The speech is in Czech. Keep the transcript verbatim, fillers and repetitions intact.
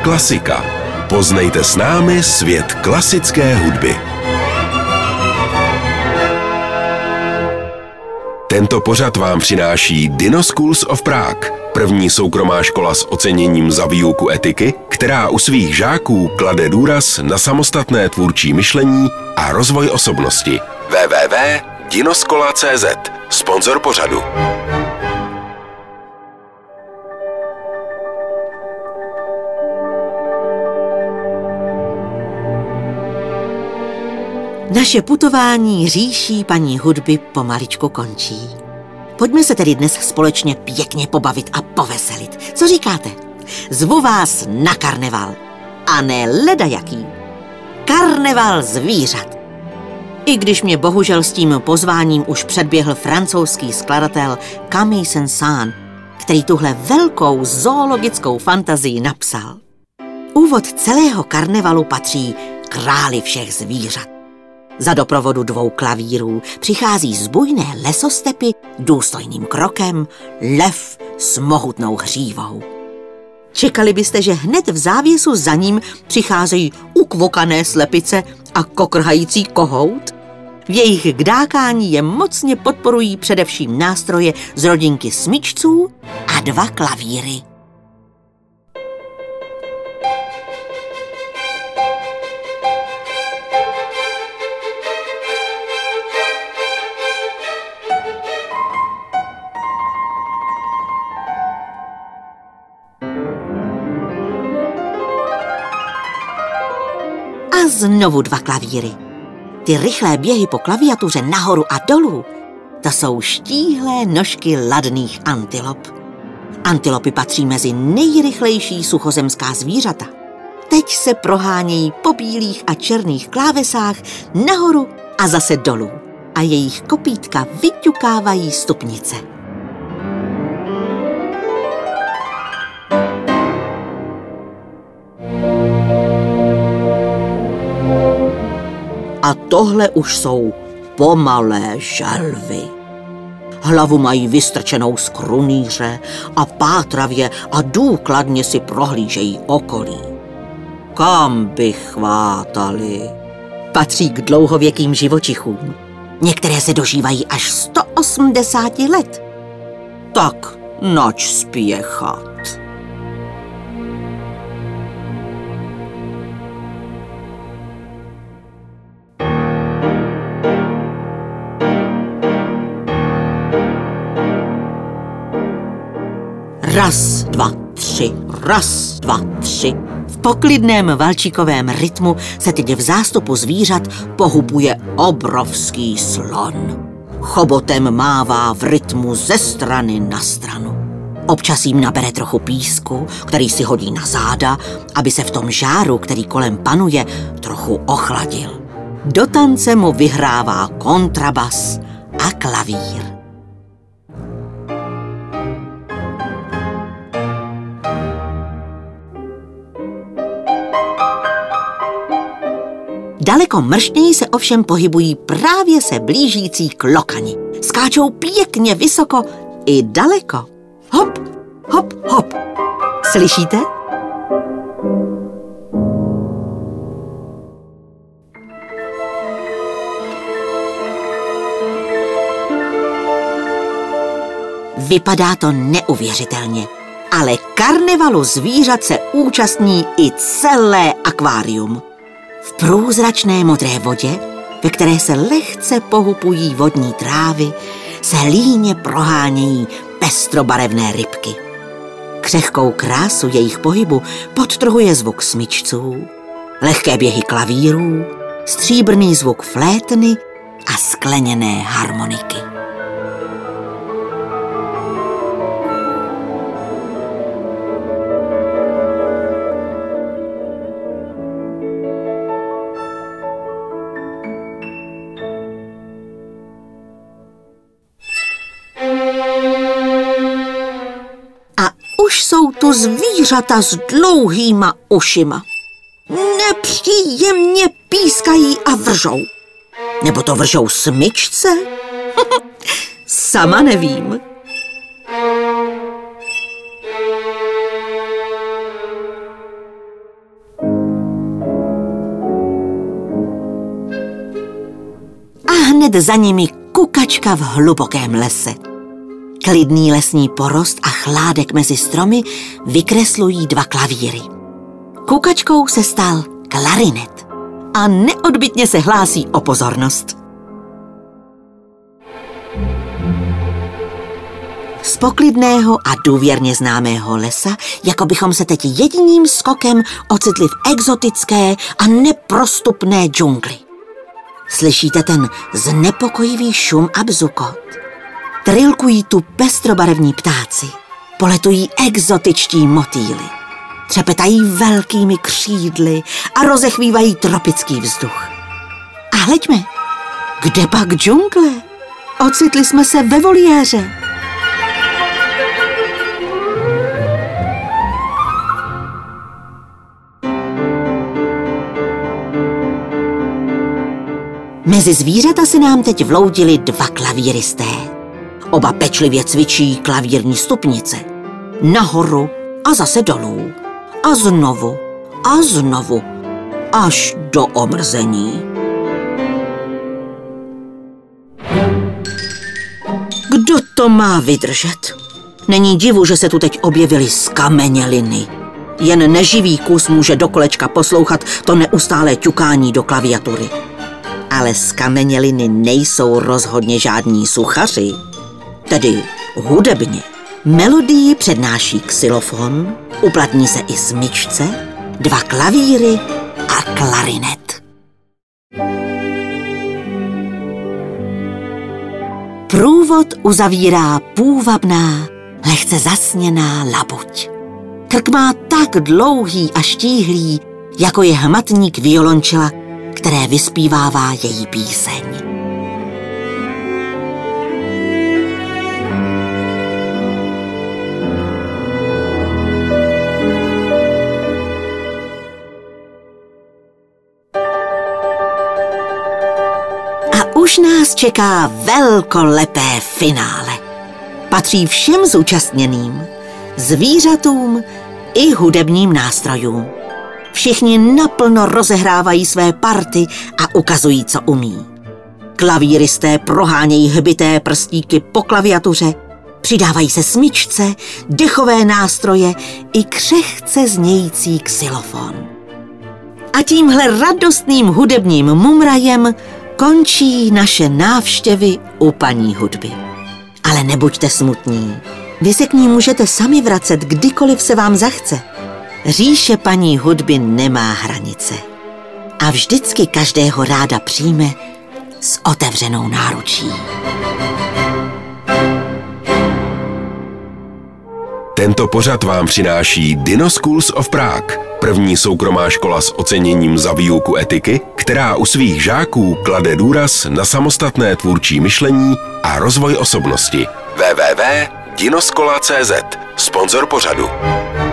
Klasika. Poznejte s námi svět klasické hudby. Tento pořad vám přináší Dino Schools of Prague, první soukromá škola s oceněním za výuku etiky, která u svých žáků klade důraz na samostatné tvůrčí myšlení a rozvoj osobnosti. w w w tečka dinoskola tečka c z, sponzor pořadu. Naše putování říší paní hudby pomaličku končí. Pojďme se tedy dnes společně pěkně pobavit a poveselit. Co říkáte? Zvu vás na karneval. A ne ledajaký. Karneval zvířat. I když mě bohužel s tím pozváním už předběhl francouzský skladatel Camille Saint-Saëns, který tuhle velkou zoologickou fantazii napsal. Úvod celého karnevalu patří králi všech zvířat. Za doprovodu dvou klavírů přichází z bujné lesostepy důstojným krokem lev s mohutnou hřívou. Čekali byste, že hned v závěsu za ním přicházejí ukvokané slepice a kokrhající kohout? V jejich kdákání je mocně podporují především nástroje z rodinky smyčců a dva klavíry. A znovu dva klavíry. Ty rychlé běhy po klaviatuře nahoru a dolů, to jsou štíhlé nožky ladných antilop. Antilopy patří mezi nejrychlejší suchozemská zvířata. Teď se prohánějí po bílých a černých klávesách nahoru a zase dolů a jejich kopítka vyťukávají stupnice. A tohle už jsou pomalé želvy. Hlavu mají vystrčenou z krunýře a pátravě a důkladně si prohlížejí okolí. Kam by chvátali? Patří k dlouhověkým živočichům. Některé se dožívají až sto osmdesát let. Tak nač spěchat? Raz, dva, tři, raz, dva, tři. V poklidném valčíkovém rytmu se teď v zástupu zvířat pohupuje obrovský slon. Chobotem mává v rytmu ze strany na stranu. Občas jim nabere trochu písku, který si hodí na záda, aby se v tom žáru, který kolem panuje, trochu ochladil. Do tance mu vyhrává kontrabas a klavír. Daleko mrštněji se ovšem pohybují právě se blížící klokani. Skáčou pěkně vysoko i daleko. Hop, hop, hop. Slyšíte? Vypadá to neuvěřitelně, ale karnevalu zvířat se účastní i celé akvárium. V průzračné modré vodě, ve které se lehce pohupují vodní trávy, se líně prohánějí pestrobarevné rybky. Křehkou krásu jejich pohybu podtrhuje zvuk smyčců, lehké běhy klavírů, stříbrný zvuk flétny a skleněné harmoniky. Už jsou tu zvířata s dlouhýma ušima. Nepříjemně pískají a vržou. Nebo to vržou smyčce? Sama nevím. hned za nimi kukačka v hlubokém lese. Klidný lesní porost a chládek mezi stromy vykreslují dva klavíry. Kukačkou se stal klarinet a neodbytně se hlásí o pozornost. Z poklidného a důvěrně známého lesa, jako bychom se teď jedním skokem ocitli v exotické a neprostupné džungli. Slyšíte ten znepokojivý šum a bzukot? Trilkují tu pestrobarevní ptáci, poletují exotičtí motýly, třepetají velkými křídly a rozechvívají tropický vzduch. A hleďme, kde pak džungle? Ocitli jsme se ve voliéře. Mezi zvířata se nám teď vloudili dva klavíristé. Oba pečlivě cvičí klavírní stupnice. Nahoru a zase dolů. A znovu a znovu. Až do omrzení. Kdo to má vydržet? Není divu, že se tu teď objevily skameněliny. Jen neživý kus může do kolečka poslouchat to neustálé ťukání do klaviatury. Ale skameněliny nejsou rozhodně žádní suchaři, tedy hudebně. Melodii přednáší xylofon, uplatní se i smyčce, dva klavíry a klarinet. Průvod uzavírá půvabná, lehce zasněná labuť. Krk má tak dlouhý a štíhlý, jako je hmatník violončela, které vyspívává její píseň. A už nás čeká velkolepé finále. Patří všem zúčastněným, zvířatům i hudebním nástrojům. Všichni naplno rozehrávají své party a ukazují, co umí. Klavíristé prohánějí hbité prstíky po klaviatuře, přidávají se smyčce, dechové nástroje i křehce znějící xylofon. A tímhle radostným hudebním mumrajem končí naše návštěvy u paní hudby. Ale nebuďte smutní, vy se k ní můžete sami vracet, kdykoliv se vám zachce. Říše paní hudby nemá hranice a vždycky každého ráda přijme s otevřenou náručí. Tento pořad vám přináší Dino Schools of Prague, první soukromá škola s oceněním za výuku etiky, která u svých žáků klade důraz na samostatné tvůrčí myšlení a rozvoj osobnosti. w w w tečka dinoskola tečka cz, sponzor pořadu.